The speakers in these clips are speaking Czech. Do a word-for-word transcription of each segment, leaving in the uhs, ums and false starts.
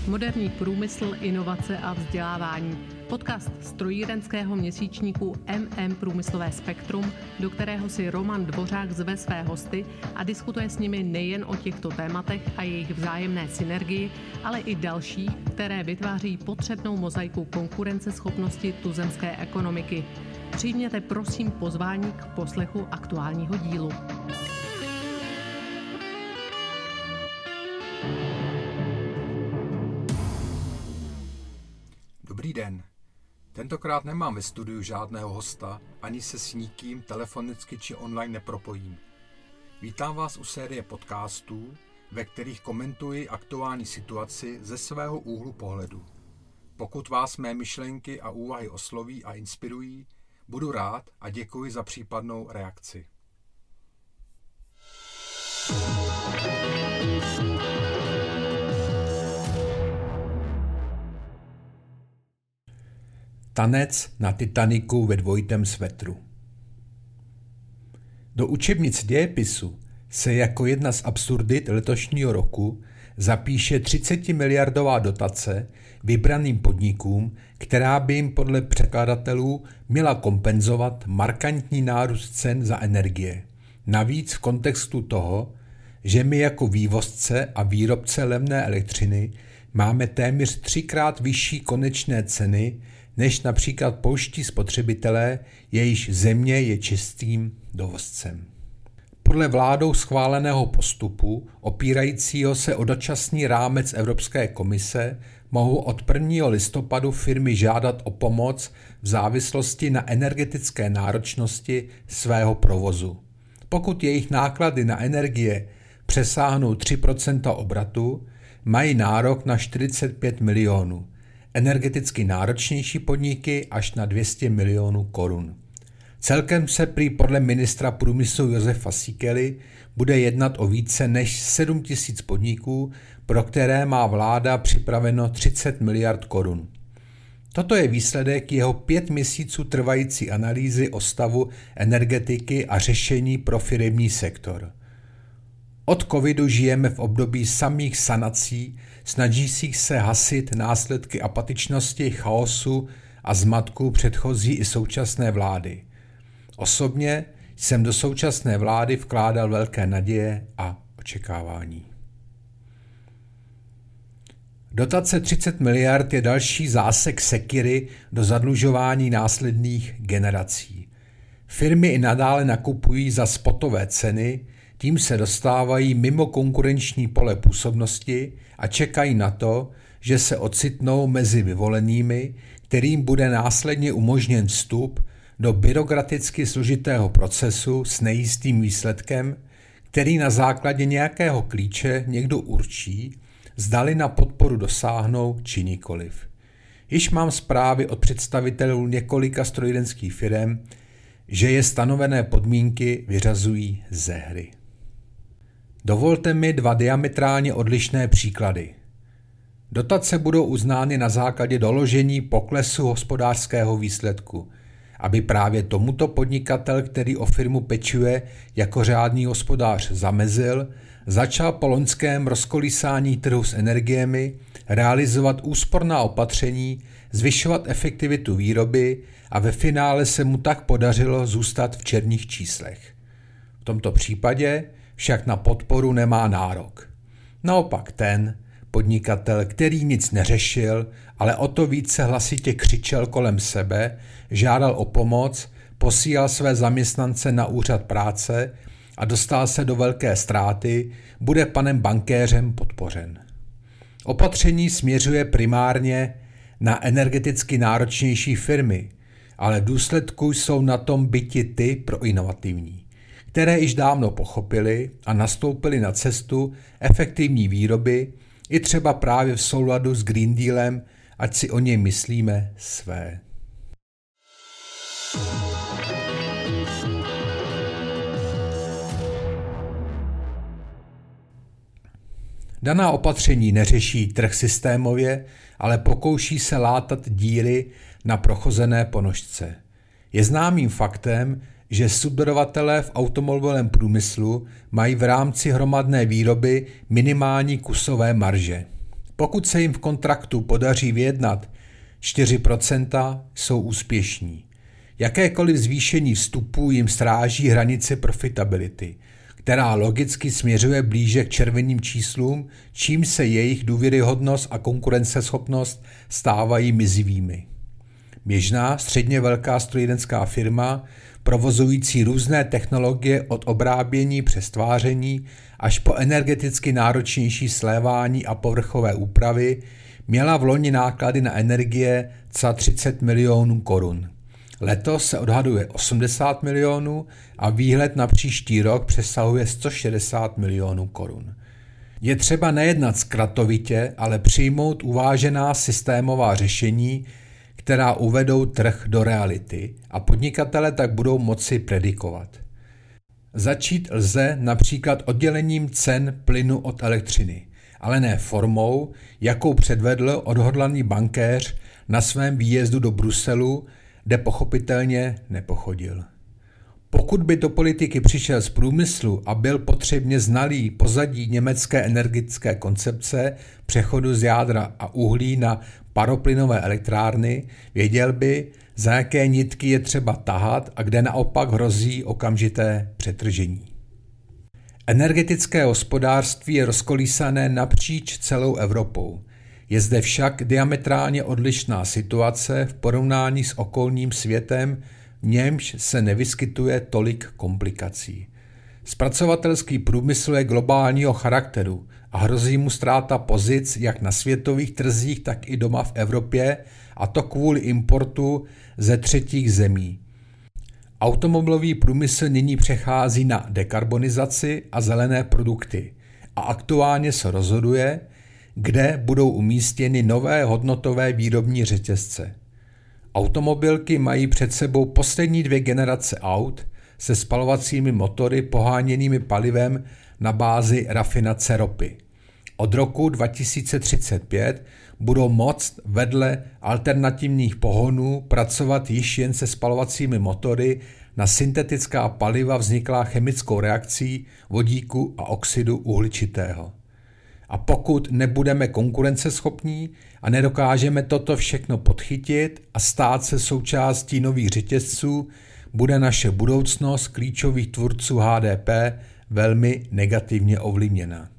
Moderní průmysl, inovace a vzdělávání. Podcast strojírenského měsíčníku M M Průmyslové spektrum, do kterého si Roman Dvořák zve své hosty a diskutuje s nimi nejen o těchto tématech a jejich vzájemné synergii, ale i další, které vytváří potřebnou mozaiku konkurenceschopnosti tuzemské ekonomiky. Přijměte prosím pozvání k poslechu aktuálního dílu. Dobrý den. Tentokrát nemám ve studiu žádného hosta, ani se s nikým telefonicky či online nepropojím. Vítám vás u série podcastů, ve kterých komentuji aktuální situaci ze svého úhlu pohledu. Pokud vás mé myšlenky a úvahy osloví a inspirují, budu rád a děkuji za případnou reakci. Tanec na Titaniku ve dvojitém svetru. Do učebnic dějepisu se jako jedna z absurdit letošního roku zapíše třicetimiliardová dotace vybraným podnikům, která by jim podle překladatelů měla kompenzovat markantní nárůst cen za energie. Navíc v kontextu toho, že my jako vývozce a výrobce levné elektřiny máme téměř třikrát vyšší konečné ceny než například polští spotřebitelé, jejíž země je čistým dovozcem. Podle vládou schváleného postupu, opírajícího se o dočasný rámec Evropské komise, mohou od prvního listopadu firmy žádat o pomoc v závislosti na energetické náročnosti svého provozu. Pokud jejich náklady na energie přesáhnou tři procenta obratu, mají nárok na čtyřicet pět milionů. Energeticky náročnější podniky až na dvě stě milionů korun. Celkem se prý podle ministra průmyslu Josefa Síkely bude jednat o více než sedm tisíc podniků, pro které má vláda připraveno třicet miliard korun. Toto je výsledek jeho pět měsíců trvající analýzy o stavu energetiky a řešení pro firemní sektor. Od covidu žijeme v období samých sanací, snažících se hasit následky apatičnosti, chaosu a zmatku předchozí i současné vlády. Osobně jsem do současné vlády vkládal velké naděje a očekávání. Dotace třicet miliard je další zásek sekyry do zadlužování následných generací. Firmy i nadále nakupují za spotové ceny, tím se dostávají mimo konkurenční pole působnosti a čekají na to, že se ocitnou mezi vyvolenými, kterým bude následně umožněn vstup do byrokraticky složitého procesu s nejistým výsledkem, který na základě nějakého klíče někdo určí, zdali na podporu dosáhnou či nikoliv. Již mám zprávy od představitelů několika strojírenských firem, že je stanovené podmínky vyřazují ze hry. Dovolte mi dva diametrálně odlišné příklady. Dotace budou uznány na základě doložení poklesu hospodářského výsledku, aby právě tomuto podnikatel, který o firmu pečuje jako řádný hospodář, zamezil, začal po loňském rozkolísání trhu s energiemi realizovat úsporná opatření, zvyšovat efektivitu výroby a ve finále se mu tak podařilo zůstat v černých číslech. V tomto případě však na podporu nemá nárok. Naopak ten podnikatel, který nic neřešil, ale o to více hlasitě křičel kolem sebe, žádal o pomoc, posílal své zaměstnance na úřad práce a dostal se do velké ztráty, bude panem bankéřem podpořen. Opatření směřuje primárně na energeticky náročnější firmy, ale v důsledku jsou na tom byti ty pro inovativní, které již dávno pochopili a nastoupili na cestu efektivní výroby, i třeba právě v souladu s Green Dealem, ať si o něj myslíme své. Daná opatření neřeší trh systémově, ale pokouší se látat díry na prochozené ponožce. Je známým faktem, že subdodavatelé v automobilovém průmyslu mají v rámci hromadné výroby minimální kusové marže. Pokud se jim v kontraktu podaří vyjednat čtyři procenta, jsou úspěšní. Jakékoliv zvýšení vstupů jim stráží hranici profitability, která logicky směřuje blíže k červeným číslům, čím se jejich důvěryhodnost a konkurenceschopnost stávají mizivými. Běžná středně velká strojírenská firma, provozující různé technologie od obrábění přes tváření až po energeticky náročnější slévání a povrchové úpravy, měla v loni náklady na energie cca třicet milionů korun. Letos se odhaduje osmdesát milionů a výhled na příští rok přesahuje sto šedesát milionů korun. Je třeba nejednat zkratovitě, ale přijmout uvážená systémová řešení, která uvedou trh do reality a podnikatele tak budou moci predikovat. Začít lze například oddělením cen plynu od elektřiny, ale ne formou, jakou předvedl odhodlaný bankéř na svém výjezdu do Bruselu, kde pochopitelně nepochodil. Pokud by do politiky přišel z průmyslu a byl potřebně znalý pozadí německé energetické koncepce přechodu z jádra a uhlí na paroplynové elektrárny, věděl by, za jaké nitky je třeba tahat a kde naopak hrozí okamžité přetržení. Energetické hospodářství je rozkolísané napříč celou Evropou. Je zde však diametrálně odlišná situace v porovnání s okolním světem, v němž se nevyskytuje tolik komplikací. Zpracovatelský průmysl je globálního charakteru a hrozí mu ztráta pozic jak na světových trzích, tak i doma v Evropě, a to kvůli importu ze třetích zemí. Automobilový průmysl nyní přechází na dekarbonizaci a zelené produkty a aktuálně se rozhoduje, kde budou umístěny nové hodnotové výrobní řetězce. Automobilky mají před sebou poslední dvě generace aut se spalovacími motory poháněnými palivem na bázi rafinace ropy. Od roku dva tisíce třicet pět budou moct vedle alternativních pohonů pracovat již jen se spalovacími motory na syntetická paliva vzniklá chemickou reakcí vodíku a oxidu uhličitého. A pokud nebudeme konkurenceschopní a nedokážeme toto všechno podchytit a stát se součástí nových řetězců, bude naše budoucnost klíčových tvůrců H D P velmi negativně ovlivněna.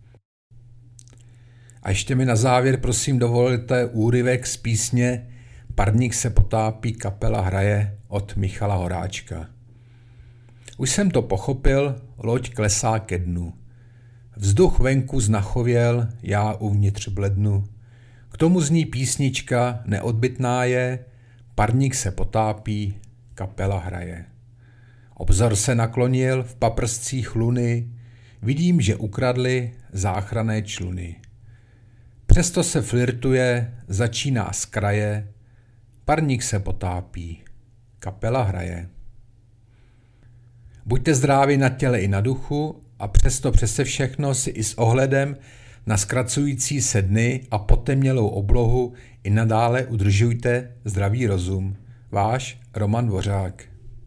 A ještě mi na závěr prosím dovolte úryvek z písně Parník se potápí, kapela hraje od Michala Horáčka. Už jsem to pochopil, loď klesá ke dnu. Vzduch venku znachověl, já uvnitř blednu. K tomu zní písnička, neodbytná je, parník se potápí, kapela hraje. Obzor se naklonil v paprscích luny, vidím, že ukradli záchranné čluny. Přesto se flirtuje, začíná z kraje, parník se potápí, kapela hraje. Buďte zdraví na těle i na duchu a přesto přese všechno si i s ohledem na zkracující se dny a potemnělou oblohu i nadále udržujte zdravý rozum. Váš Roman Dvořák.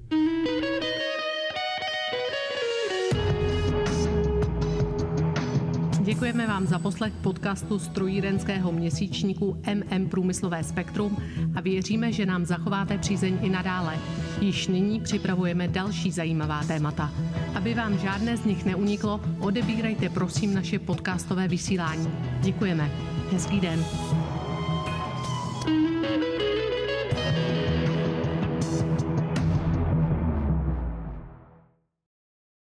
Děkujeme vám za poslech podcastu strojírenského měsíčníku M M Průmyslové spektrum a věříme, že nám zachováte přízeň i nadále. Již nyní připravujeme další zajímavá témata. Aby vám žádné z nich neuniklo, odebírejte prosím naše podcastové vysílání. Děkujeme. Hezký den.